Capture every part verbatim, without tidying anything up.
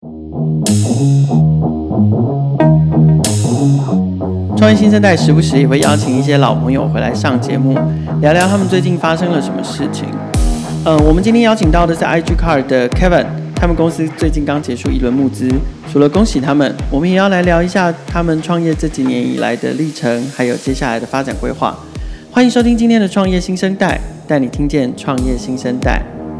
创业新生代时不时也会邀请一些老朋友回来上节目，聊聊他们最近发生了什么事情。呃，我们今天邀请到的是 I G Card 的 Kevin， 他们公司最近刚结束一轮募资，除了恭喜他们，我们也要来聊一下他们创业这几年以来的历程，还有接下来的发展规划。欢迎收听今天的创业新生代，带你听见创业新生代。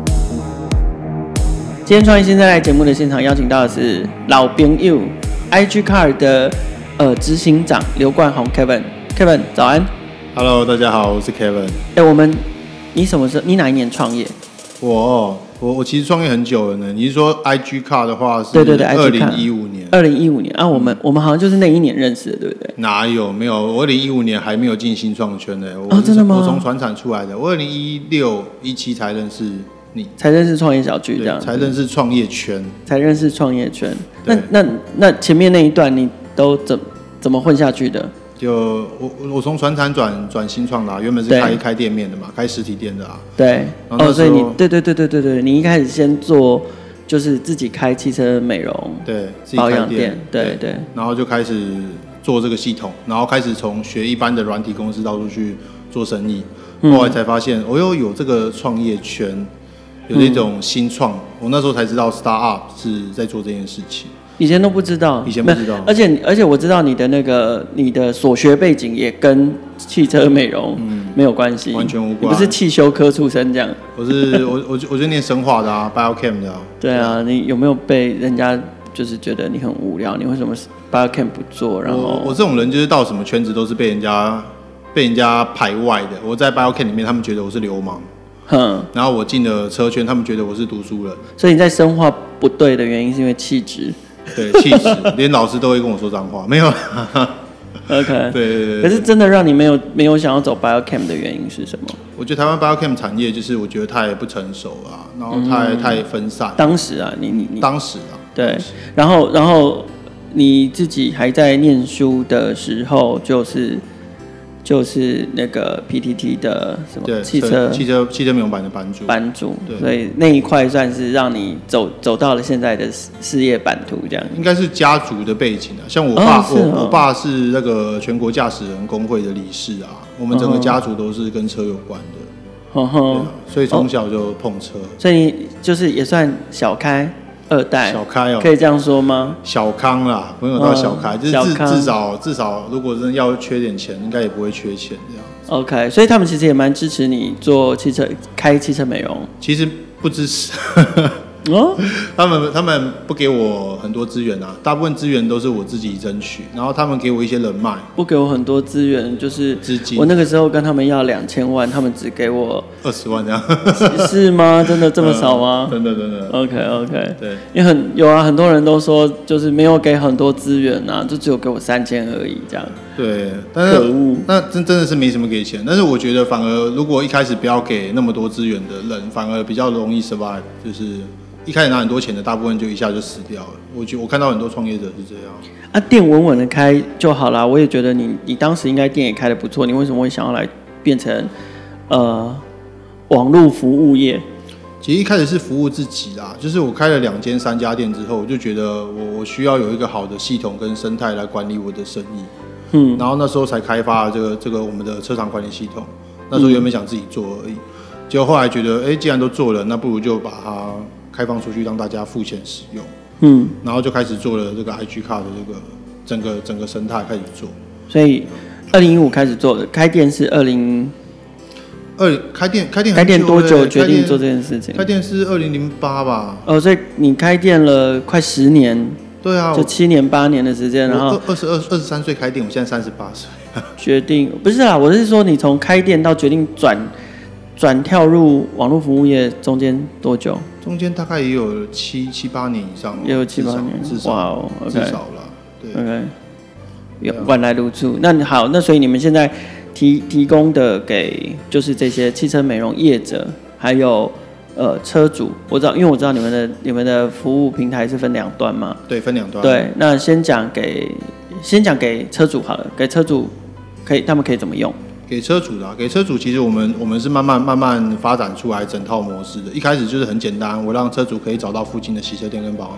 今天创业新生代节目的现场邀请到的是老朋友 I G Card 的呃执行长刘冠宏 Kevin。Kevin 早安。 Hello， 大家好，我是 Kevin。 哎，我们你什么时候？你哪一年创业？ 我我我其实创业很久了呢。你是说 I G Card 的话是？ 对对对， 二零一五年。 二零一五年啊，我们我们好像就是那一年认识的，对不对？ 哪有没有？我二零一五年还没有进新创圈的。我哦，真的吗？ 我从传产出来的，我二零一六一七才认识你， 才认识创业小聚这样， 才认识创业圈， 才认识创业圈。那那那前面那一段你都怎怎么混下去的？ 就我我从传产转转新创的、啊，原本是开开店面的嘛，开实体店的啊。 对，哦，所以你对对对对对对，你一开始先做就是自己开汽车美容， 对，自己保开店， 养店，对 对, 对， 然后就开始做这个系统，然后开始从学一般的软体公司到处去做生意，嗯、后来才发现，哦哟，有这个创业圈，有这种新创、嗯，我那时候才知道 startup 是在做这件事情。 以前都不知道， 以前不知道， 而且而且我知道你的那个你的所学背景也跟汽车美容没有关系、嗯， 完全无关。 你不是汽修科出身这样？ 我是我我我就念生化的啊 ，biochem 的啊。 对啊，你有没有被人家就是觉得你很无聊？你为什么 biochem 不做？然后我我这种人就是到什么圈子都是被人家被人家排外的。我在 biochem 里面，他们觉得我是流氓。哼，然后我进了车圈，他们觉得我是读书人。 所以你在生化不对的原因是因为气质。 对，气质，连老师都会跟我说脏话，没有。 OK， 对, 对, 对。 可是真的让你没有没有想要走 biochem 的原因是什么？ 我觉得台湾 biochem 产业就是我觉得太不成熟啊，然后太、嗯、太分散。 当时啊，你你你当时啊， 对，然后然后你自己还在念书的时候，就是就是那个 P T T 的什么汽车汽车汽车美容版的版主版主，所以那一块算是让你走走到了现在的事业版图，这样。 应该是家族的背景啊，像我爸， 哦我我爸是那个全国驾驶人工会的理事啊，我们整个家族都是跟车有关的， 哦对啊、所以从小就碰车、哦， 所以你就是也算小开。二代小开哦， 可以这样说吗？ 小康啦，不用到小开，嗯、就是至至少至少，如果真的要缺点钱，应该也不会缺钱这样。 OK， 所以他们其实也蛮支持你做汽车开汽车美容。 其实不支持。哦，他们他们不给我很多资源啊，大部分资源都是我自己争取，然后他们给我一些人脉， 不给我很多资源，就是资金。 我那个时候跟他们要两千万，他们只给我二十万这样， 是吗？真的这么少吗？ 嗯、真的真的。 OK OK， 对， 因为很有啊，很多人都说就是没有给很多资源啊，就只有给我三千而已这样。 对，但是可恶， 那真真的是没什么给钱，但是我觉得反而如果一开始不要给那么多资源的人，反而比较容易 survive， 就是。一开始拿很多钱的，大部分就一下就死掉了。我觉我看到很多创业者是这样。 啊，店稳稳的开就好啦。我也觉得你你当时应该店也开得不错，你为什么会想要来变成呃网络服务业？ 其实一开始是服务自己啦，就是我开了两间三家店之后，我就觉得我我需要有一个好的系统跟生态来管理我的生意。嗯，然后那时候才开发了这个这个我们的车厂管理系统。那时候原本想自己做而已，结果后来觉得，哎、欸，既然都做了，那不如就把它开放出去，让大家付钱使用，嗯，然后就开始做了这个 I G Card 的这个整个整个生态开始做。 所以，二零一五开始做的，开店是二零二开店开店开店多久决定做这件事情？ 开店是二零零八吧。 哦，所以你开店了快十年。 对啊， 就七年八年的时间，然后二十二二十三岁开店，我现在三十八岁。 决定不是啦，我是说你从开店到决定转转跳入网络服务业中间多久？ 中间大概也有七七八年以上， 也有七八年， 至少， 哇哦， okay, 至少了，对 ，OK， 晚来如初。那好，那所以你们现在提提供的给就是这些汽车美容业者，还有呃车主，我知道，因为我知道你们的你们的服务平台是分两端嘛， 对，分两端。 对，那先讲给先讲给车主好了，给车主可以他们可以怎么用？ 给车主的、啊，给车主其实我们我们是慢慢慢慢发展出来整套模式的。一开始就是很简单，我让车主可以找到附近的洗车店跟保养厂，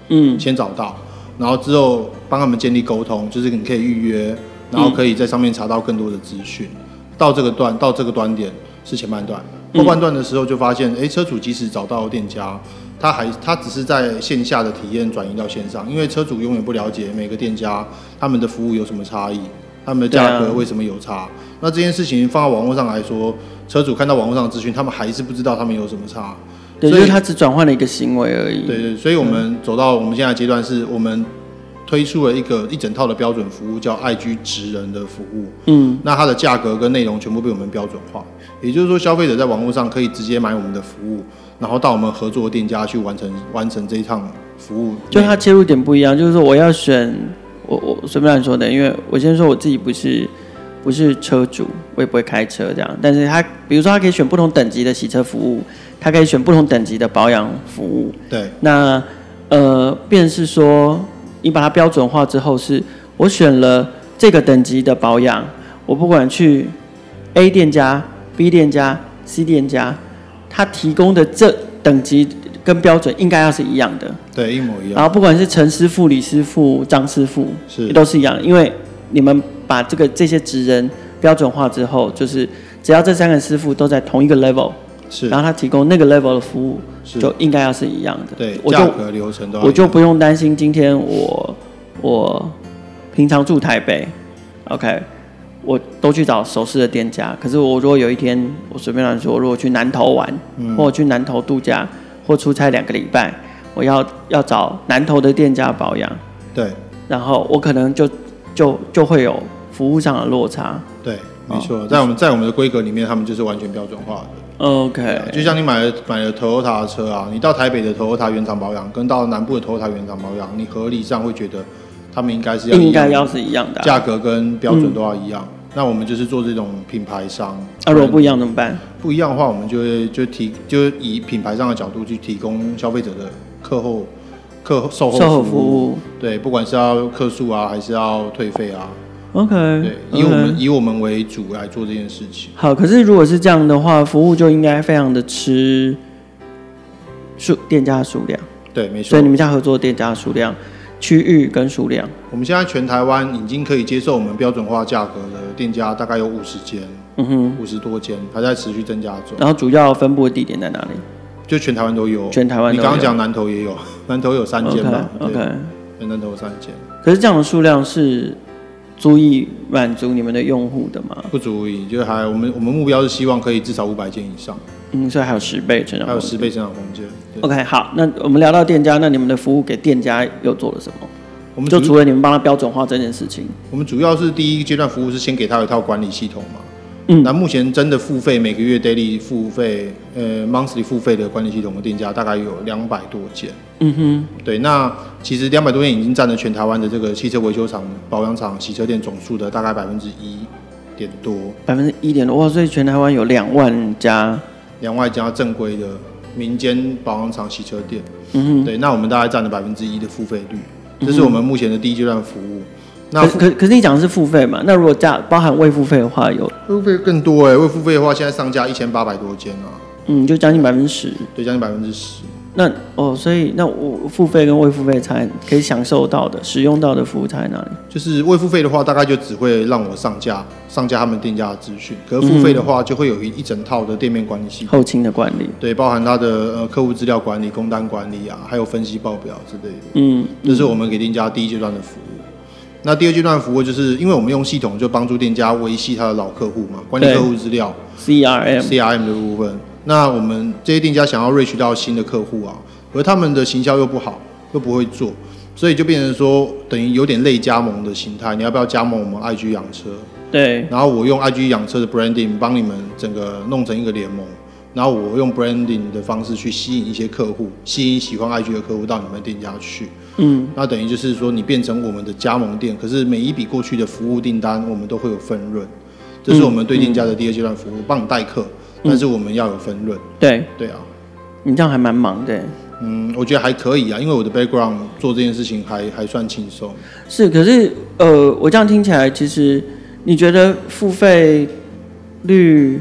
嗯，先找到，然后之后帮他们建立沟通，就是你可以预约，然后可以在上面查到更多的资讯。嗯、到这个段，到这个端点是前半段，后半段的时候就发现，哎、欸，车主即使找到店家，他还他只是在线下的体验转移到线上，因为车主永远不了解每个店家他们的服务有什么差异，他们的价格为什么有差。啊、那这件事情放到网络上来说，车主看到网络上的资讯，他们还是不知道他们有什么差。 对，就是他只转换了一个行为而已。 对对，所以我们走到我们现在的阶段，是我们推出了一个一整套的标准服务，叫 I G 职人的服务。嗯，那它的价格跟内容全部被我们标准化，也就是说，消费者在网络上可以直接买我们的服务，然后到我们合作的店家去完成完成这一趟服务。 就它切入点不一样，就是说我要选我我随便乱说的，因为我先说我自己不是不是车主，我也不会开车这样，但是他比如说他可以选不同等级的洗车服务。它可以选不同等级的保养服务。 对， 那呃，便是说，你把它标准化之后是，是我选了这个等级的保养，我不管去 A 店家、B 店家、C 店家，它提供的这等级跟标准应该要是一样的。 对，一模一样。 然后不管是陈师傅、李师傅、张师傅， 是都是一样的，因为你们把这个这些职人标准化之后，就是只要这三个师傅都在同一个 level。 是， 然后他提供那个 level 的服务，就应该要是一样的。 对， 我就价格流程都要一样。 我就不用担心今天我我平常住台北 ，OK， 我都去找熟识的店家。可是我如果有一天我随便乱说，如果去南投玩，嗯、或者去南投度假，或出差两个礼拜，我要要找南投的店家保养。 对。 然后我可能就就就会有服务上的落差。 对，没错，哦、在我们在我们的规格里面，他们就是完全标准化的。 OK， 就像你买了买了 Toyota 的车啊，你到台北的 Toyota 原厂保养，跟到南部的 Toyota 原厂保养，你合理上会觉得他们应该是要应该要是一样的、啊， 价格跟标准都要一样。嗯、那我们就是做这种品牌商。 那、啊、如果不一样怎么办？ 不一样的话，我们就会就提就以品牌商的角度去提供消费者的课后课后售后服务。售后服务对，不管是要客诉啊，还是要退费啊。 OK， 对，以我们、okay. 以我们为主来做这件事情。 好，可是如果是这样的话，服务就应该非常的吃数店家的数量。 对，没错。 所以你们家合作的店家的数量、区域跟数量， 我们现在全台湾已经可以接受我们标准化价格的店家大概有五十间，嗯哼，五十多间，还在持续增加中。 然后主要分布的地点在哪里？ 就全台湾都有。 全台湾都有。 你刚刚讲南投也有，南投有三间吧 ？OK，, okay. 南投有三间。 可是这样的数量是足以满足你们的用户的吗？ 不足以，就还我们我们目标是希望可以至少五百间以上。 嗯，所以还有十倍成长， 还有十倍成长空间。 OK， 好，那我们聊到店家，那你们的服务给店家又做了什么？ 我们就除了你们帮他标准化这件事情， 我们主要是第一阶段服务是先给他一套管理系统嘛。嗯，那目前真的付费每个月 daily 付费，呃 monthly 付费的管理系统的店家大概有两百多间。嗯哼，对，那其实两百多间已经占了全台湾的这个汽车维修厂、保养厂、洗车店总数的大概百分之一点多。 百分之一点多哇！所以全台湾有两万家， 两万家正规的民间保养厂、洗车店。嗯哼，对，那我们大概占了百分之一的付费率，这是我们目前的第一阶段服务。那可可可是你讲的是付费嘛？那如果加包含未付费的话，有未付费更多哎、欸！未付费的话，现在上架一千八百多间啊。 嗯，就将近百分之十。 对，将近百分之十。 那哦，所以那我付费跟未付费才可以享受到的、使用到的服务在哪里？ 就是未付费的话，大概就只会让我上架上架他们店家的资讯；可是付费的话，就会有一一整套的店面管理系统、 后勤的管理， 对，包含他的呃客户资料管理、工单管理啊，还有分析报表之类的。嗯，这是我们给店家第一阶段的服务。那第二阶段服务就是因为我们用系统就帮助店家维系他的老客户嘛，管理客户资料 C R M C R M 的部分。那我们这些店家想要 reach 到新的客户啊，而他们的行销又不好，又不会做，所以就变成说等于有点类加盟的形态。你要不要加盟我们 I G 养车？ 对。 然后我用 I G 养车的 branding 帮你们整个弄成一个联盟。然后我用 branding 的方式去吸引一些客户，吸引喜欢 I G 的客户到你们店家去。嗯，那等于就是说你变成我们的加盟店，可是每一笔过去的服务订单，我们都会有分润。这是我们对店家的第二阶段服务，帮你代客，但是我们要有分润。 对， 对啊， 你这样还蛮忙的。 嗯，我觉得还可以啊，因为我的 background 做这件事情还还算轻松。 是，可是呃，我这样听起来，其实你觉得付费率？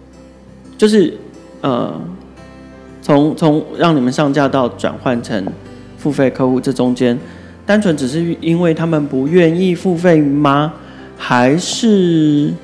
就是呃，从从让你们上架到转换成付费客户，这中间单纯只是因为他们不愿意付费吗？还是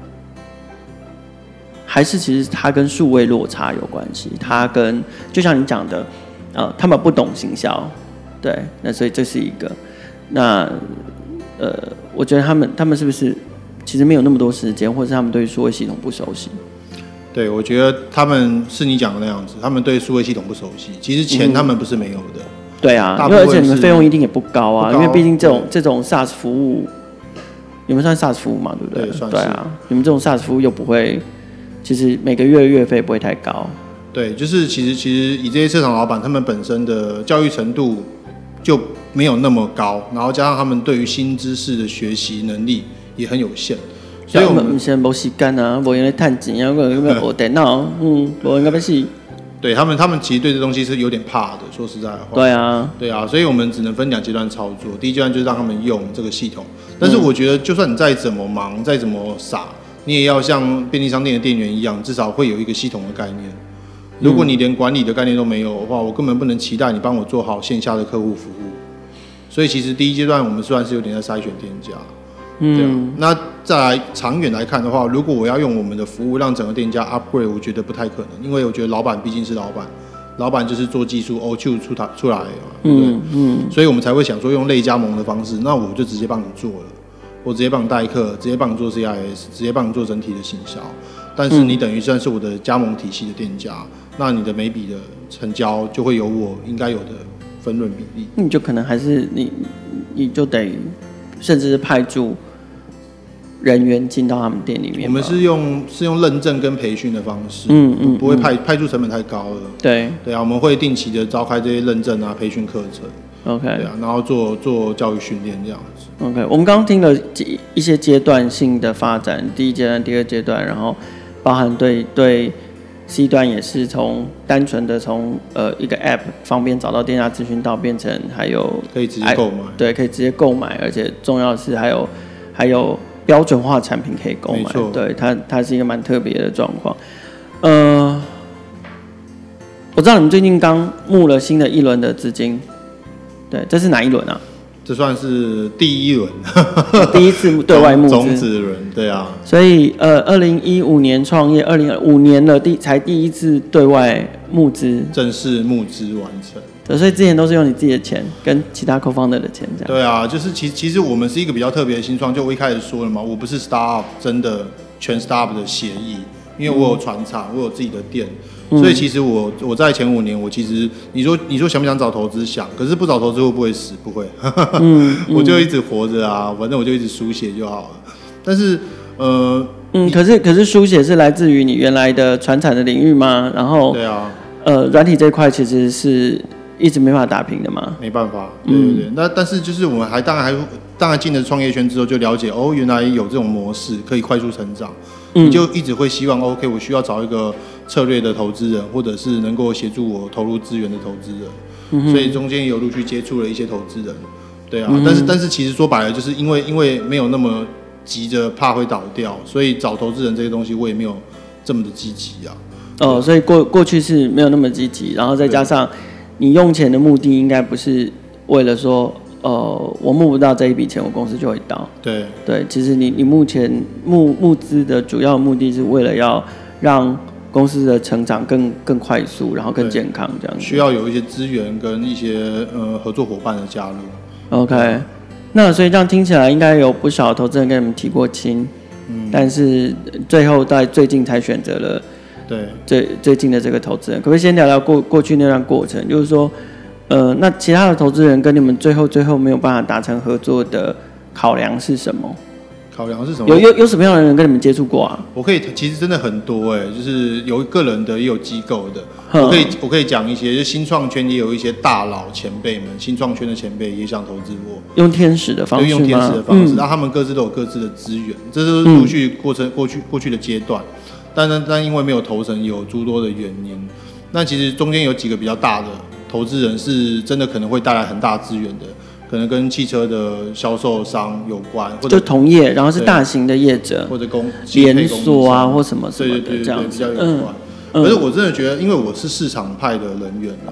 还是其实它跟数位落差有关系？它跟就像你讲的，呃，他们不懂行销，对，那所以这是一个。那呃，我觉得他们他们是不是其实没有那么多时间，或者是他们对数位系统不熟悉？ 对，我觉得他们是你讲的那样子，他们对数位系统不熟悉。其实钱他们不是没有的。嗯、 对啊，因为而且你们费用一定也不高啊，高因为毕竟这种这种 SaaS 服务，你们算 SaaS 服务嘛，对不对？ 对，算是。 对啊，你们这种 SaaS 服务又不会，其实每个月月费不会太高。 对，就是其实其实以这些车厂老板，他们本身的教育程度就没有那么高，然后加上他们对于新知识的学习能力也很有限。所以我们现在没时间啊，没用来赚钱啊，有没有学电脑？嗯，没应该要死。 对他们，他们其实对这东西是有点怕的。说实在的话， 对啊， 对啊，所以我们只能分两阶段操作。第一阶段就是让他们用这个系统，但是我觉得，就算你再怎么忙，再怎么傻，你也要像便利商店的店员一样，至少会有一个系统的概念。如果你连管理的概念都没有的话，我根本不能期待你帮我做好线下的客户服务。所以其实第一阶段我们算是有点在筛选店家。嗯，那再来长远来看的话，如果我要用我们的服务让整个店家 upgrade， 我觉得不太可能，因为我觉得老板毕竟是老板，老板就是做技术 O 出出他出来嘛，对不对？嗯嗯，所以我们才会想说用类加盟的方式，那我就直接帮你做了，我直接帮你代课，直接帮你做 C I S， 直接帮你做整体的行销，但是你等于算是我的加盟体系的店家，那你的每笔的成交就会有我应该有的分润比例， 你就可能还是你你就得甚至是派驻人员进到他们店里面。 我们是用是用认证跟培训的方式，嗯嗯，不会派派驻成本太高了。对对啊，我们会定期的召开这些认证啊、培训课程。OK， 对啊，然后做做教育训练这样子。 OK， 我们刚刚听了一些阶段性的发展，第一阶段、第二阶段，然后包含对对 C 端也是从单纯的从呃一个 App 方便找到店家资讯到变成还有可以直接购买， 对，可以直接购买，而且重要的是还有还有。标准化产品可以购买，对它，它是一个蛮特别的状况。呃，我知道你们最近刚募了新的一轮的资金，对，这是哪一轮啊？ 这算是第一轮， 第一次对外募资种子轮，对啊。 所以呃，二零一五年创业，二零五年了，第才第一次对外募资， 正式募资完成。 所以之前都是用你自己的钱跟其他 co-founder 的钱这样。 对啊，就是其其实我们是一个比较特别的新创，就我一开始说了嘛，我不是 startup 真的全 startup 的协议，因为我有传厂，我有自己的店，嗯、所以其实我我在前五年，我其实你说你说想不想找投资想，可是不找投资会不会死？不会，嗯嗯、我就一直活着啊，反正我就一直书写就好了。但是呃， 嗯，可是可是书写是来自于你原来的传产的领域吗？然后对啊， 呃，软体这一块其实是。一直没办法打平的嘛， 没办法，对对对。嗯、那但是就是我们还当然还当然进了创业圈之后，就了解哦，原来有这种模式可以快速成长，嗯、你就一直会希望 OK， 我需要找一个策略的投资人，或者是能够协助我投入资源的投资人。嗯、所以中间有陆续接触了一些投资人，对啊。嗯、但是但是其实说白了，就是因为因为没有那么急着怕会倒掉，所以找投资人这个东西我也没有这么的积极啊。 哦，所以过过去是没有那么积极，然后再加上。你用钱的目的应该不是为了说，呃，我募不到这一笔钱，我公司就会倒。 对对，其实你你目前募募资的主要目的是为了要让公司的成长更更快速，然后更健康这样子。 需要有一些资源跟一些呃合作伙伴的加入。 OK， 那所以这样听起来应该有不少投资人跟你们提过亲，嗯，但是最后在最近才选择了。 对， 最最近的这个投资人，可不可以先聊聊过过去那段过程？就是说，呃，那其他的投资人跟你们最后最后没有办法达成合作的考量是什么？ 考量是什么？ 有有有什么样的人跟你们接触过啊？ 我可以，其实真的很多哎、欸，就是有个人的，也有机构的。我可以我可以讲一些，就新创圈也有一些大佬前辈们，新创圈的前辈也想投资我， 用天使的方式吗？ 用天使的方式，让、嗯、他们各自都有各自的资源，这是陆续过程、嗯、过去过去的阶段。但但但因为没有投成，有诸多的原因。那其实中间有几个比较大的投资人，是真的可能会带来很大资源的，可能跟汽车的销售商有关，或者就同业，然后是大型的业者， 或者公连锁啊，或什么什么的这样子， 比较有关。可是我真的觉得，因为我是市场派的人员啦，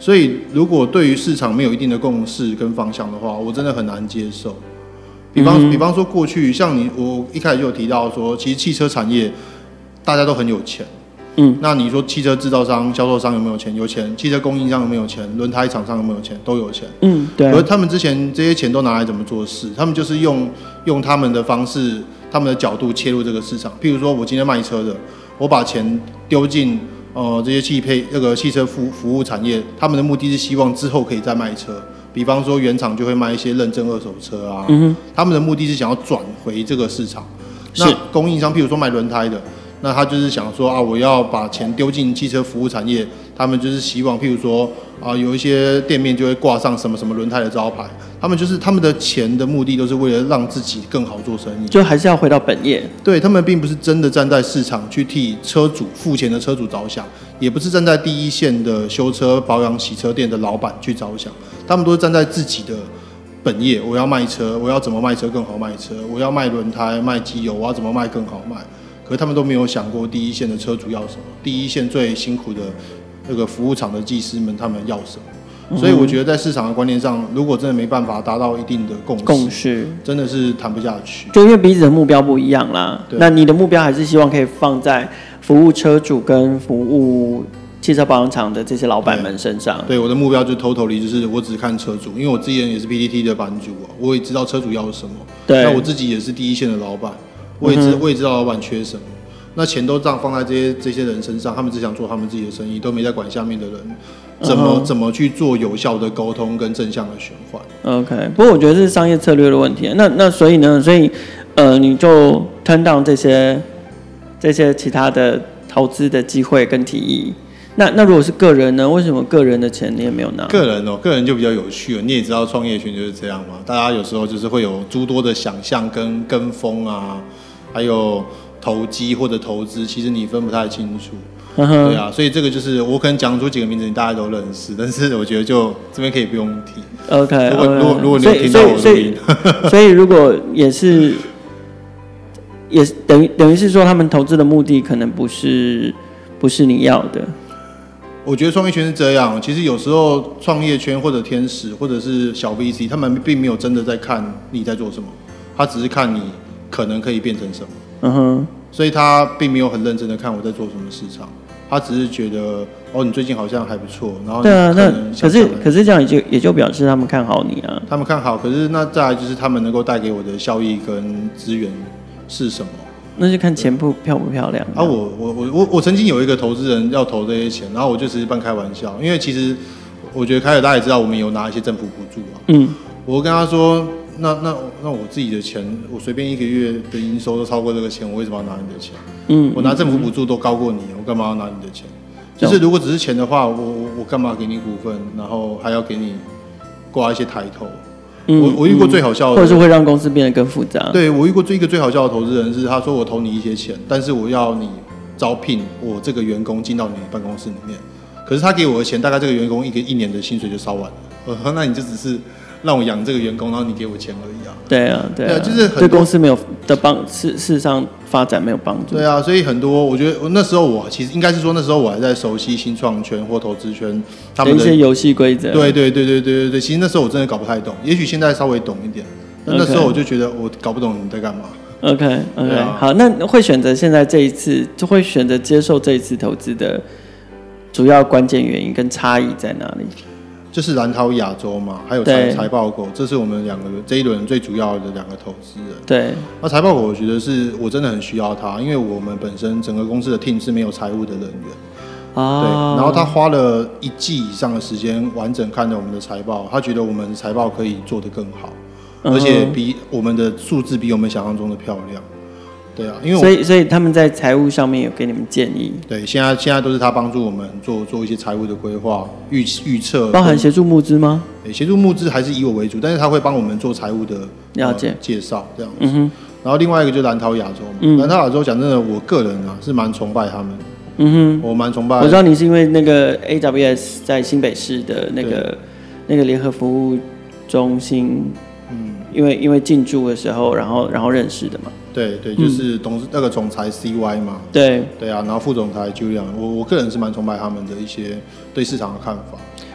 所以如果对于市场没有一定的共识跟方向的话，我真的很难接受。比方、嗯、比方说过去像你我一开始就有提到说，其实汽车产业大家都很有钱。嗯，那你说汽车制造商、销售商有没有钱？有钱。汽车供应商有没有钱？轮胎厂商有没有钱？都有钱。 嗯，对。 而他们之前这些钱都拿来怎么做事？他们就是用用他们的方式、他们的角度切入这个市场。譬如说，我今天卖车的，我把钱丢进呃这些汽配那个汽车服服务产业，他们的目的是希望之后可以再卖车。比方说，原厂就会卖一些认证二手车啊。嗯哼。他们的目的是想要转回这个市场。那供应商，譬如说卖轮胎的。那他就是想说啊，我要把钱丢进汽车服务产业，他们就是希望，譬如说啊，有一些店面就会挂上什么什么轮胎的招牌，他们就是他们的钱的目的都是为了让自己更好做生意， 就还是要回到本业。 对，他们并不是真的站在市场去替车主付钱的车主着想，也不是站在第一线的修车、保养、洗车店的老板去着想，他们都是站在自己的本业，我要卖车，我要怎么卖车更好卖车，我要卖轮胎、卖机油，我要怎么卖更好卖。可是他们都没有想过第一线的车主要什么，第一线最辛苦的那个服务厂的技师们他们要什么。嗯、所以我觉得在市场的观念上，如果真的没办法达到一定的共识， 共识真的是谈不下去。 就因为彼此的目标不一样啦。那你的目标还是希望可以放在服务车主跟服务汽车保养厂的这些老板们身上。 对，对我的目标就是 totally 就是我只看车主，因为我之前也是 P T T 的版主啊，我也知道车主要什么。对，那我自己也是第一线的老板。我也知，我也知道老板缺什么，那钱都这样放在这些这些人身上，他们只想做他们自己的生意，都没在管下面的人怎么、uh-huh. 怎么去做有效的沟通跟正向的循环。 OK， 不过我觉得是商业策略的问题。那那所以呢，所以呃，你就 turn down 这些这些其他的投资的机会跟提议。那那如果是个人呢？为什么个人的钱你也没有拿？ 个人哦，个人就比较有趣了。你也知道，创业圈就是这样嘛，大家有时候就是会有诸多的想象跟跟风啊。还有投机或者投资，其实你分不太清楚，嗯、对啊，所以这个就是我可能讲出几个名字，你大家都认识，但是我觉得就这边可以不用提。 OK， 如果、okay. 如果如果你有听到我录音， 所以如果也是也等于等于是说，他们投资的目的可能不是不是你要的。 我觉得创业圈是这样，其实有时候创业圈或者天使或者是小 V C， 他们并没有真的在看你在做什么，他只是看你可能可以变成什么，嗯哼，所以他并没有很认真的看我在做什么市场，他只是觉得哦，你最近好像还不错，然后对啊，那可是可是这样也就也就表示他们看好你啊， 他们看好，可是那再来就是他们能够带给我的效益跟资源是什么？ 那就看钱不漂不漂亮啊！我我我我我曾经有一个投资人要投这些钱，然后我就只是半开玩笑，因为其实我觉得凯尔大家也知道，我们有拿一些政府补助啊，嗯，我跟他说。那那那我自己的钱，我随便一个月的营收都超过这个钱，我为什么要拿你的钱？嗯，我拿政府补助都高过你，我干嘛要拿你的钱？就是如果只是钱的话，我我我干嘛给你股份，然后还要给你挂一些抬头？嗯、我我遇过最好笑的， 或者是会让公司变得更复杂。 对，我遇过最一个最好笑的投资人是，他说我投你一些钱，但是我要你招聘我这个员工进到你办公室里面，可是他给我的钱，大概这个员工一个一年的薪水就烧完了。呃，那你就只是。让我养这个员工，然后你给我钱而已啊。 对啊，对啊， 对就是很对公司没有的帮，事事实上发展没有帮助。 对啊，所以很多我觉得那时候我其实应该是说那时候我还在熟悉新创圈或投资圈他们的一些游戏规则。 对对对对对对对，其实那时候我真的搞不太懂，也许现在稍微懂一点，但那时候我就觉得我搞不懂你在干嘛。 OK OK，、啊、好，那会选择现在这一次，就会选择接受这一次投资的主要关键原因跟差异在哪里？ 就是蓝涛亚洲嘛，还有财财报狗，这是我们两个这一轮最主要的两个投资人。 对， 那财报狗我觉得是我真的很需要他，因为我们本身整个公司的 team 是没有财务的人员。哦。对，然后他花了一季以上的时间完整看了我们的财报，他觉得我们的财报可以做得更好，嗯、而且比我们的数字比我们想象中的漂亮。对啊，因为所以所以他们在财务上面有给你们建议。 对，现在现在都是他帮助我们做做一些财务的规划、预预测， 包含协助募资吗？ 对，协助募资还是以我为主，但是他会帮我们做财务的了解、呃、 介绍这样子。嗯哼。然后另外一个就是蓝涛亚洲嘛，嗯、蓝涛亚洲讲真的，我个人啊是蛮崇拜他们的。嗯哼，我蛮崇拜。 我知道你是因为那个 A W S 在新北市的那个那个联合服务中心，嗯，因为因为进驻的时候，然后然后认识的嘛。 对对，就是董事、嗯、那个总裁 C Y 嘛， 对对啊，然后副总裁 Julian， 我我个人是蛮崇拜他们的一些对市场的看法。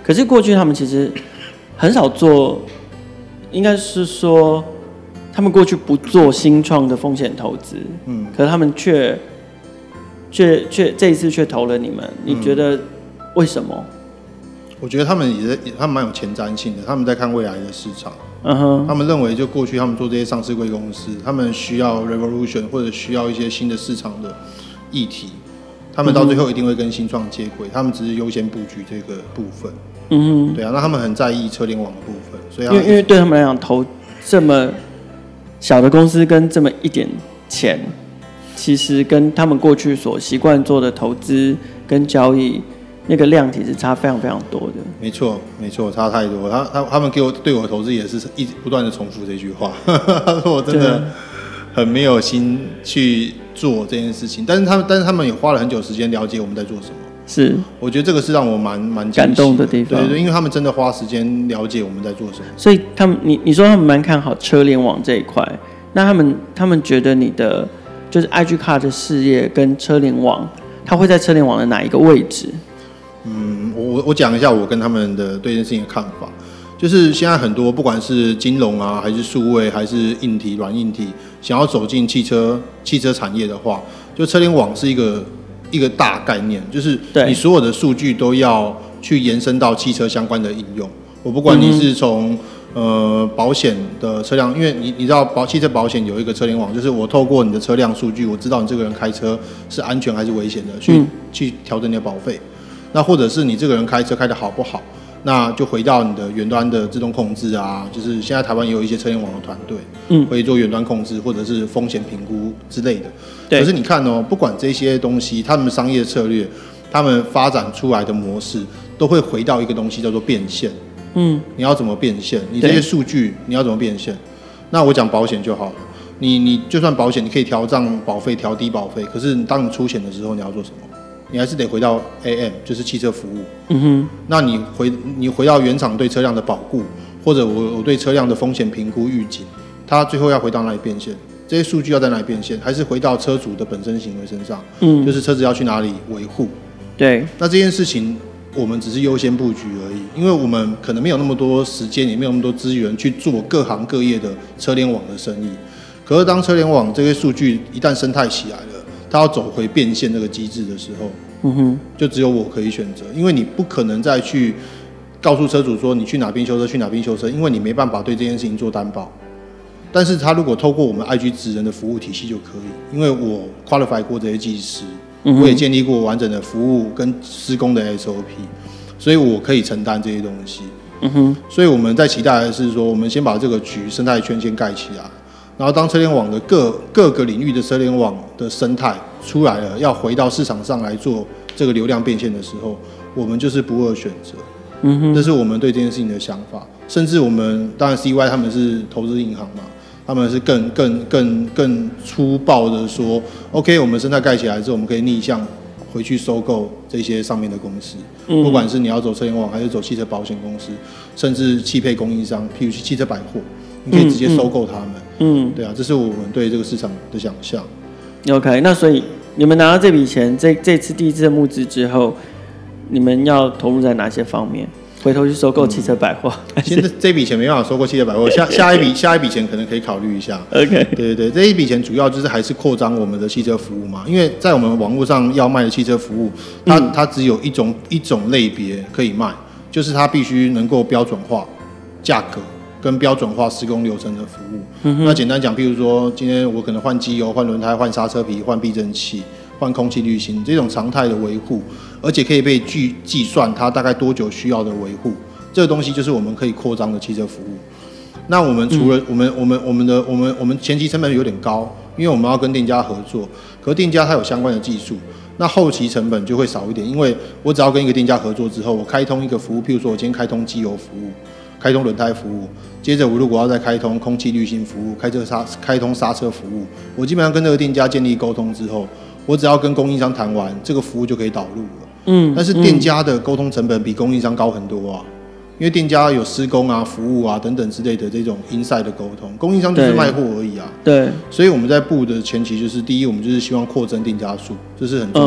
可是过去他们其实很少做，应该是说他们过去不做新创的风险投资，嗯，可是他们却却却这一次却投了你们，你觉得为什么？ 我觉得他们也在，他们蛮有前瞻性的，他们在看未来的市场。 嗯哼， 他们认为就过去他们做这些上市柜公司，他们需要 revolution 或者需要一些新的市场的议题，他们到最后一定会跟新创接轨，他们只是优先布局这个部分。嗯哼，对啊，那他们很在意车联网的部分，所以因为因为对他们来讲，投这么小的公司跟这么一点钱，其实跟他们过去所习惯做的投资跟交易。那个量体是差非常非常多的， 没错，没错，差太多。他他他们给我对我的投资也是一直不断的重复这句话，他说我真的很没有心去做这件事情。但是他们但是他们也花了很久时间了解我们在做什么。 是， 我觉得这个是让我蛮蛮感动的地方。 对对，因为他们真的花时间了解我们在做什么。 所以他们，你你说他们蛮看好车联网这一块，那他们他们觉得你的就是 I G Card 的事业跟车联网，它会在车联网的哪一个位置？ 嗯，我我讲一下我跟他们的对这件事情的看法，就是现在很多不管是金融啊，还是数位，还是硬体、软硬体，想要走进汽车汽车产业的话，就车联网是一个一个大概念，就是你所有的数据都要去延伸到汽车相关的应用。我不管你是从、嗯、呃保险的车辆，因为你你知道保汽车保险有一个车联网，就是我透过你的车辆数据，我知道你这个人开车是安全还是危险的，去、嗯、去调整你的保费。那或者是你这个人开车开得好不好，那就回到你的远端的自动控制啊，就是现在台湾也有一些车联网的团队，嗯，会做远端控制或者是风险评估之类的。对。可是你看哦，不管这些东西，他们商业策略，他们发展出来的模式，都会回到一个东西叫做变现。嗯。你要怎么变现？你这些数据你要怎么变现？那我讲保险就好了。你你就算保险，你可以调涨保费、调低保费，可是当你出险的时候，你要做什么？你还是得回到 A M， 就是汽车服务。嗯哼。那你回你回到原厂对车辆的保固，或者我我对车辆的风险评估预警，它最后要回到哪里变现？这些数据要在哪里变现？还是回到车主的本身行为身上？嗯，就是车子要去哪里维护？ 对。 那这件事情我们只是优先布局而已，因为我们可能没有那么多时间，也没有那么多资源去做各行各业的车联网的生意。可是当车联网这些数据一旦生态起来了，他要走回变现这个机制的时候，嗯哼，就只有我可以选择，因为你不可能再去告诉车主说你去哪边修车，去哪边修车，因为你没办法对这件事情做担保。但是他如果透过我们 I G 职人的服务体系就可以，因为我 qualify 过这些技师，嗯、我也建立过完整的服务跟施工的 S O P， 所以我可以承担这些东西。嗯哼，所以我们在期待的是说，我们先把这个局生态圈先盖起来。然后当车联网的各各个领域的车联网的生态出来了，要回到市场上来做这个流量变现的时候，我们就是不二选择。嗯哼，这是我们对这件事情的想法。甚至我们当然 C Y 他们是投资银行嘛，他们是更更更更粗暴的说 ，OK， 我们生态盖起来之后，我们可以逆向回去收购这些上面的公司，嗯、不管是你要走车联网，还是走汽车保险公司，甚至汽配供应商，譬如汽车百货。你可以直接收购他们，嗯，对啊，这是我们对这个市场的想象。 OK， 那所以你们拿到这笔钱，这这次第一次的募资之后，你们要投入在哪些方面？回头去收购汽车百货？ 嗯、现在这笔钱没办法收购汽车百货，下下一笔下一笔钱可能可以考虑一下。 OK， 对对对，这一笔钱主要就是还是扩张我们的汽车服务嘛，因为在我们网络上要卖的汽车服务，它、嗯、它只有一种一种类别可以卖，就是它必须能够标准化价格。跟标准化施工流程的服务，嗯、那简单讲，譬如说，今天我可能换机油、换轮胎、换刹车皮、换避震器、换空气滤芯这种常态的维护，而且可以被计计算它大概多久需要的维护，这个东西就是我们可以扩张的汽车服务。那我们除了、嗯、我们我们我们的我们我们前期成本有点高，因为我们要跟店家合作，可是店家它有相关的技术，那后期成本就会少一点，因为我只要跟一个店家合作之后，我开通一个服务，譬如说我今天开通机油服务。开通轮胎服务，接着我如果要再开通空气滤芯服务，开这个刹开通刹车服务，我基本上跟这个店家建立沟通之后，我只要跟供应商谈完，这个服务就可以导入了。嗯，但是店家的沟通成本比供应商高很多啊，因为店家有施工啊、服务啊等等之类的这种 inside 的沟通，供应商就是卖货而已啊。 对， 所以我们在布的前期就是，第一，我们就是希望扩增店家数，这是很重要的。嗯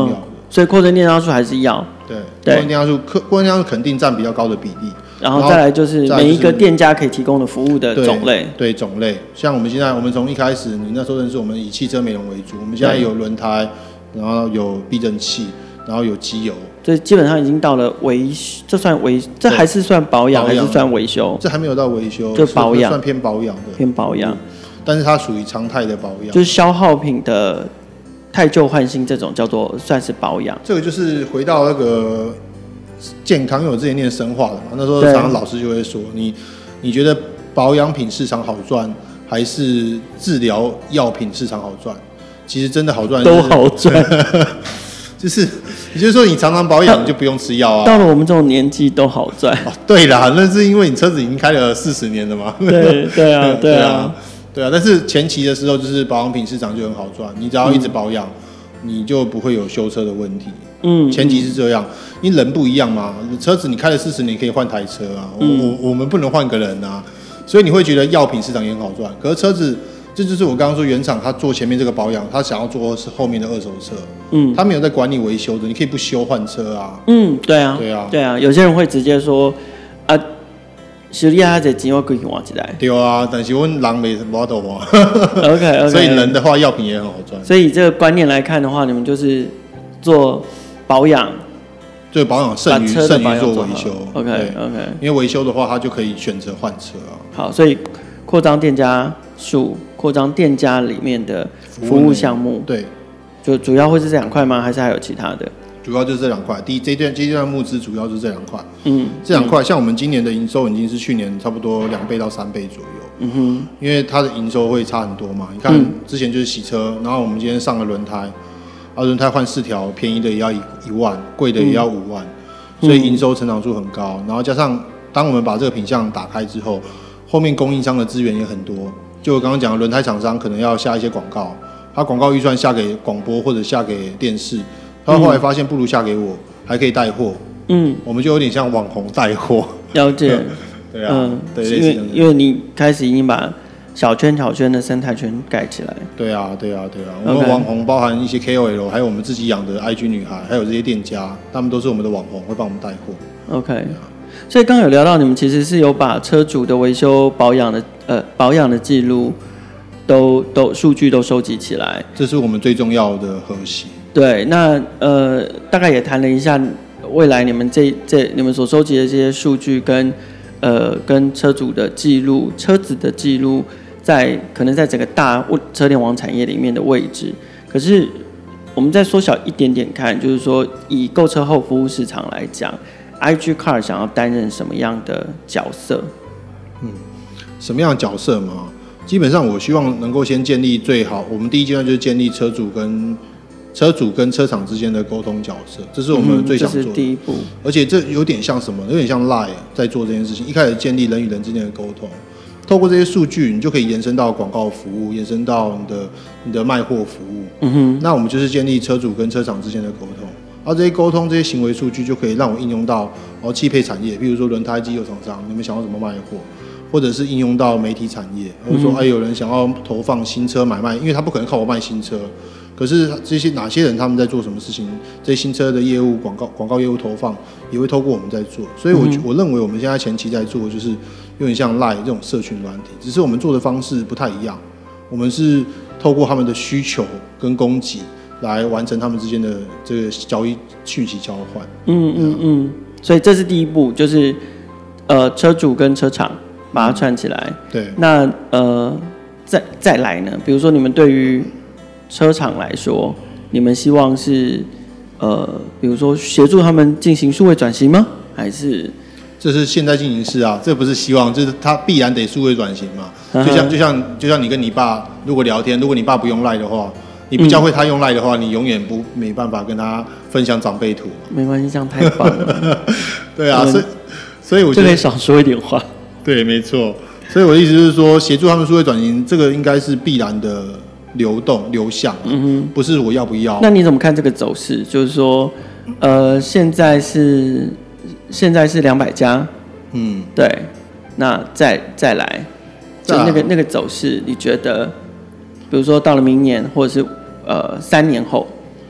所以扩增电压数还是要。 对，扩增电压数，扩增电压数肯定占比较高的比例。 然后再来就是每一个店家可以提供的服务的种类。 对，对种类，像我们现在，我们从一开始，你那时候认识我们以汽车美容为主，我们现在有轮胎，然后有避震器，然后有机油。这基本上已经到了维，这算维，这还是算保养还是算维修？ 这还没有到维修， 就保养， 算偏保养的。 偏保养， 但是它属于常态的保养， 就是消耗品的汰旧换新这种叫做算是保养。 这个就是回到那个健康，因为我之前念生化的嘛，那时候常常老师就会说，你你觉得保养品市场好赚，还是治疗药品市场好赚？其实真的好赚， 都好赚。 就是，也就是说，你常常保养，你就不用吃药啊。 到了我们这种年纪都好赚。 哦，对啦，那是因为你车子已经开了四十年了嘛。 对对啊，对啊， 对啊。但是前期的时候，就是保养品市场就很好赚，你只要一直保养，嗯、你就不会有修车的问题。嗯，前期是这样，因为人不一样嘛，车子你开了四十年可以换台车啊，嗯、我我们不能换个人啊，所以你会觉得药品市场也很好赚，可是车子。这就是我刚刚说原厂他做前面这个保养，他想要做是后面的二手车，嗯，他没有在管理维修的，你可以不修换车啊， 嗯，对啊， 对啊， 对啊，有些人会直接说啊，修理啊这钱我贵去换一台， 对啊，但是我人没没得换 ，OK OK， 所以人的话药品也很好赚， 所以以这个观念来看的话，你们就是做保养， 对保养剩余剩余做维修 ，OK OK， 因为维修的话，他就可以选择换车啊， 好，所以扩张店家数。扩张店家里面的服务项目， 对， 就主要会是这两块吗？还是还有其他的？ 主要就是这两块。第一，这段这段募资主要就是这两块。嗯，这两块、嗯、像我们今年的营收已经是去年差不多两倍到三倍左右。嗯哼，因为它的营收会差很多嘛。你看、嗯、之前就是洗车，然后我们今天上了轮胎，啊，轮胎换四条，便宜的也要一一万，贵的也要五万，嗯、所以营收成长数很高。然后加上当我们把这个品项打开之后，后面供应商的资源也很多。就我刚刚讲的，轮胎厂商可能要下一些广告，他广告预算下给广播或者下给电视，他后来发现不如下给我，还可以带货，嗯，我们就有点像网红带货。 了解， 对啊，嗯，对， 因为因为你开始已经把小圈小圈的生态圈盖起来。 对啊，对啊，对啊，我们网红包含一些 K O L， 还有我们自己养的 I G 女孩，还有这些店家，他们都是我们的网红，会帮我们带货。 OK。所以刚刚有聊到，你们其实是有把车主的维修保养的呃保养的记录都都数据都收集起来， 这是我们最重要的核心。 对，那呃大概也谈了一下未来你们这这你们所收集的这些数据跟呃跟车主的记录、车子的记录，在可能在整个大车联网产业里面的位置。可是我们再缩小一点点看，就是说以购车后服务市场来讲。I G Car 想要担任什么样的角色？ 嗯，什么样的角色嘛？基本上我希望能够先建立最好，我们第一阶段就是建立车主跟车主跟车厂之间的沟通角色，这是我们最想做的。嗯、 这是第一步。 而且这有点像什么？有点像 Line 在做这件事情。一开始建立人与人之间的沟通，透过这些数据，你就可以延伸到广告服务，延伸到你的你的卖货服务。嗯哼。那我们就是建立车主跟车厂之间的沟通。然后这些沟通、这些行为数据就可以让我应用到哦汽配产业，比如说轮胎、机油厂商，你们想要怎么卖货，或者是应用到媒体产业，或者说哎有人想要投放新车买卖，因为他不可能靠我卖新车，可是这些哪些人他们在做什么事情，这些新车的业务、广告、广告业务投放也会透过我们在做，所以我我认为我们现在前期在做就是有点像 Line 这种社群软体，只是我们做的方式不太一样，我们是透过他们的需求跟供给。来完成他们之间的这个交易讯息交换。嗯嗯嗯，所以这是第一步，就是呃车主跟车厂把它串起来。 嗯、对。 那呃再再来呢？比如说你们对于车厂来说，你们希望是呃比如说协助他们进行数位转型吗？还是？ 这是现在进行式啊，这不是希望，就是他必然得数位转型嘛。Uh-huh. 就像就像就像你跟你爸如果聊天，如果你爸不用 Line 的话。你不教会他用 Line 的话，你永远不没办法跟他分享长辈图。 没关系，这样太棒了。 对啊，所以所以我就可以少说一点话。 对，没错。所以我的意思就是说，协助他们数位转型，这个应该是必然的流动流向，嗯哼，不是我要不要。 那你怎么看这个走势？就是说，呃，现在是现在是两百家，嗯，对。那再再来，就那个那个走势，你觉得，比如说到了明年，或者是呃，三年后，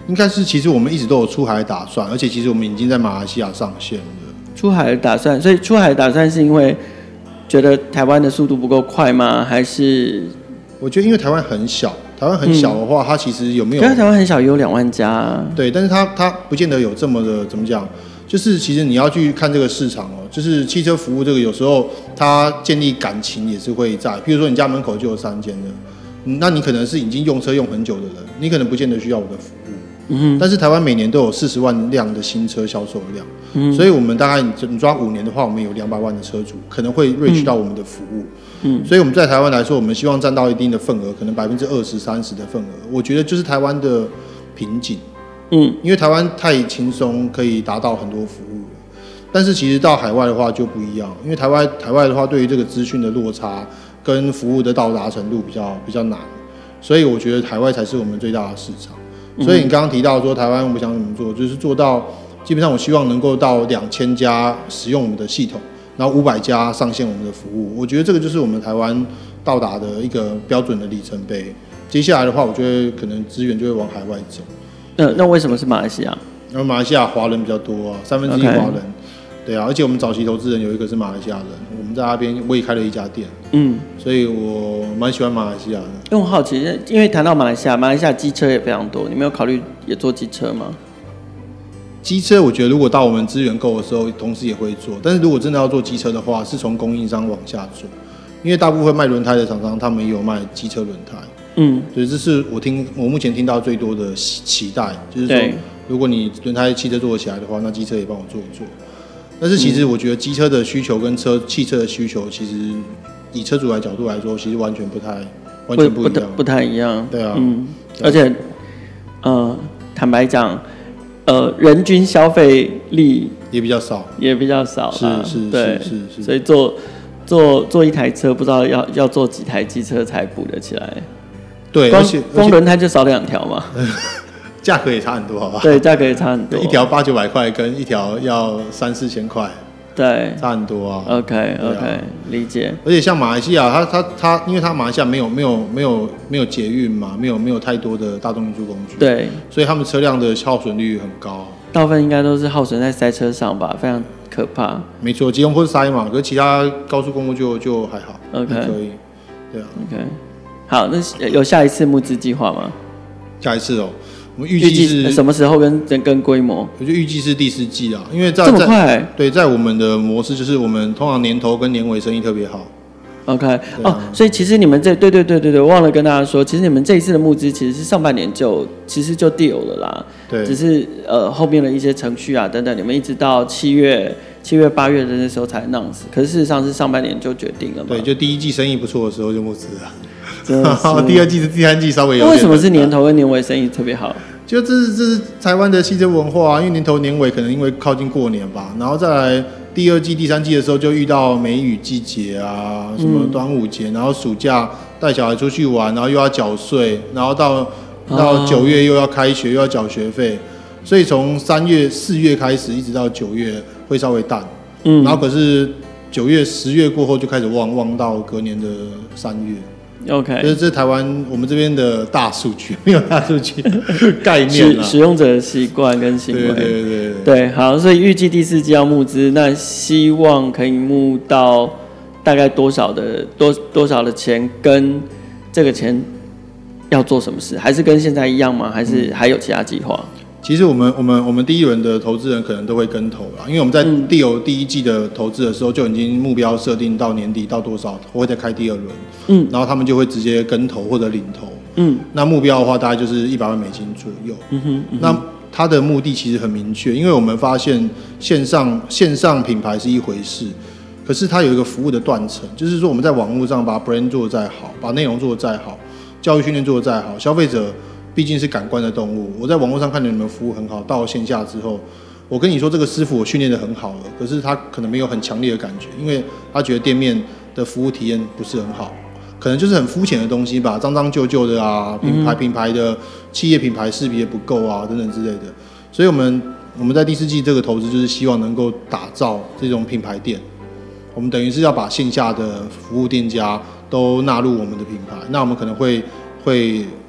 应该是其实我们一直都有出海的打算，而且其实我们已经在马来西亚上线了。 出海的打算，所以出海的打算是因为觉得台湾的速度不够快吗？还是？ 我觉得因为台湾很小，台湾很小的话，嗯、它其实有没有？ 可是台湾很小，也有两万家、啊。 对，但是它它不见得有这么的怎么讲？就是其实你要去看这个市场哦，就是汽车服务这个，有时候它建立感情也是会在。譬如说你家门口就有三间的，那你可能是已经用车用很久的人，你可能不见得需要我的服务。嗯、但是台湾每年都有四十万辆的新车销售量，嗯、所以我们大概你抓五年的话，我们有两百万的车主可能会 reach 到我们的服务。嗯，所以我们在台湾来说，我们希望占到一定的份额，可能百分之二十、三十的份额。我觉得就是台湾的瓶颈。嗯，因为台湾太轻松，可以达到很多服务了。但是其实到海外的话就不一样，因为台湾海外的话，对于这个资讯的落差跟服务的到达程度比较比较难，所以我觉得海外才是我们最大的市场。所以你刚刚提到说台湾我们想怎么做，就是做到基本上我希望能够到两千家使用我们的系统，然后五百家上线我们的服务。我觉得这个就是我们台湾到达的一个标准的里程碑。接下来的话，我觉得可能资源就会往海外走。 那那为什么是马来西亚？ 因为马来西亚华人比较多啊，三分之一华人。Okay. 对啊，而且我们早期投资人有一个是马来西亚人，我们在那边我也开了一家店，嗯，所以我蛮喜欢马来西亚的。 因为我好奇，因为谈到马来西亚，马来西亚机车也非常多，你没有考虑也做机车吗？ 机车我觉得如果到我们资源够的时候，同时也会做，但是如果真的要做机车的话，是从供应商往下做，因为大部分卖轮胎的厂商他们也有卖机车轮胎，嗯，所以这是我听我目前听到最多的期待，就是说如果你轮胎汽车做得起来的话，那机车也帮我做一做。但是其实我觉得机车的需求跟车汽车的需求，其实以车主的角度来说，其实完全不太完全不一样， 不, 不, 不太一样。 对啊， 嗯，而且呃，坦白讲，呃，人均消费力也比较少， 也比较少啦， 是是对是 是, 是， 所以做做做一台车，不知道要要做几台机车才补得起来。 对， 光而且光轮胎就少两条嘛。 价格也差很多，好吧？ 对，价格也差很多， 一条八九百块跟一条要三四千块， 对， 差很多啊。 OK OK，、 啊、 理解。 而且像马来西亚，它它它，因为它马来西亚没有没有没有没有捷运嘛，没有没有太多的大众运输工具， 对， 所以他们车辆的耗损率很高。 大部分应该都是耗损在塞车上吧，非常可怕。 没错，吉隆坡是塞嘛，可是其他高速公路就就还好 ，OK， 可以，对啊 ，OK。好，那有下一次募资计划吗？ 下一次哦。我们预计是什么时候跟跟规模？ 我就预计是第四季啦，因为在这么快， 对，在我们的模式就是我们通常年头跟年尾生意特别好。 OK，、 啊、 哦，所以其实你们这对对对对对，忘了跟大家说，其实你们这一次的募资其实是上半年就其实就 deal 了啦， 对， 只是呃后面的一些程序啊等等，你们一直到七月七月八月的那时候才 announce， 可是事实上是上半年就决定了嘛。 对，就第一季生意不错的时候就募资了。 真第二季、第三季稍微有点。 为什么是年头跟年尾生意特别好？ 就这是这是台湾的汽车文化啊，因为年头年尾可能因为靠近过年吧，然后再来第二季、第三季的时候就遇到梅雨季节啊，什么端午节，嗯、然后暑假带小孩出去玩，然后又要缴税，然后到到九月又要开学，又要缴学费，所以从三月、四月开始一直到九月会稍微淡，嗯，然后可是九月、十月过后就开始旺旺到隔年的三月。 OK， 这是台湾我们这边的大数据，没有大数据概念啦， 使用者的习惯跟行为。 对对对 对, 对, 对，好，所以预计第四季要募资，那希望可以募到大概多少的多多少的钱，跟这个钱要做什么事？还是跟现在一样吗？还是还有其他计划？ 其实我们我们我们第一轮的投资人可能都会跟投啦，因为我们在第有第一季的投资的时候就已经目标设定到年底到多少，我会再开第二轮，嗯，然后他们就会直接跟投或者领投，嗯，那目标的话大概就是一百万美金左右，嗯哼，嗯哼，那它的目的其实很明确，因为我们发现线上线上品牌是一回事，可是它有一个服务的断层，就是说我们在网络上把 brand 做得再好，把内容做得再好，教育训练做得再好，消费者毕竟是感官的动物，我在网络上看到你们服务很好，到了线下之后，我跟你说这个师傅我训练得很好了，可是他可能没有很强烈的感觉，因为他觉得店面的服务体验不是很好，可能就是很肤浅的东西吧，脏脏旧旧的啊，品牌品牌的企业品牌识别不够啊，等等之类的。所以我们我们在第四季这个投资就是希望能够打造这种品牌店，我们等于是要把线下的服务店家都纳入我们的品牌，那我们可能会会。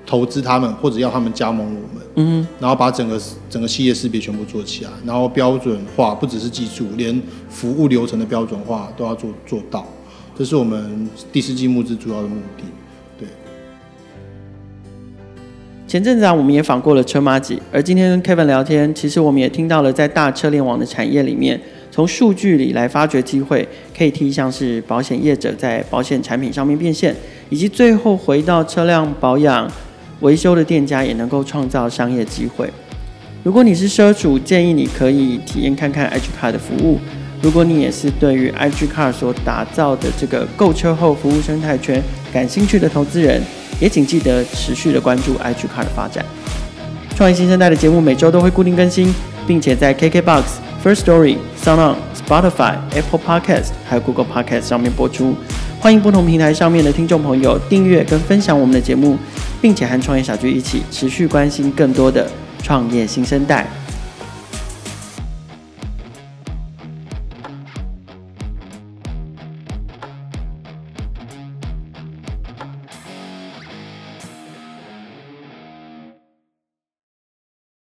投资他们，或者要他们加盟我们，嗯，然后把整个整个企业识别全部做起来，然后标准化，不只是技术，连服务流程的标准化都要做做到，这是我们第四季募资主要的目的。对。 前阵子啊，我们也访过了车马几，而今天跟 Kevin 聊天，其实我们也听到了在大车联网的产业里面，从数据里来发掘机会，可以替像是保险业者在保险产品上面变现，以及最后回到车辆保养维修的店家也能够创造商业机会。如果你是车主，建议你可以体验看看 I G Car 的服务。如果你也是对于 I G Car 所打造的这个购车后服务生态圈感兴趣的投资人，也请记得持续的关注 I G Car 的发展。创业新生代的节目每周都会固定更新，并且在 K K B O X、Firstory、SoundOn、Spotify、Apple Podcast 还有 Google Podcast 上面播出。欢迎不同平台上面的听众朋友订阅跟分享我们的节目，并且和创业小聚一起持续关心更多的创业新生代。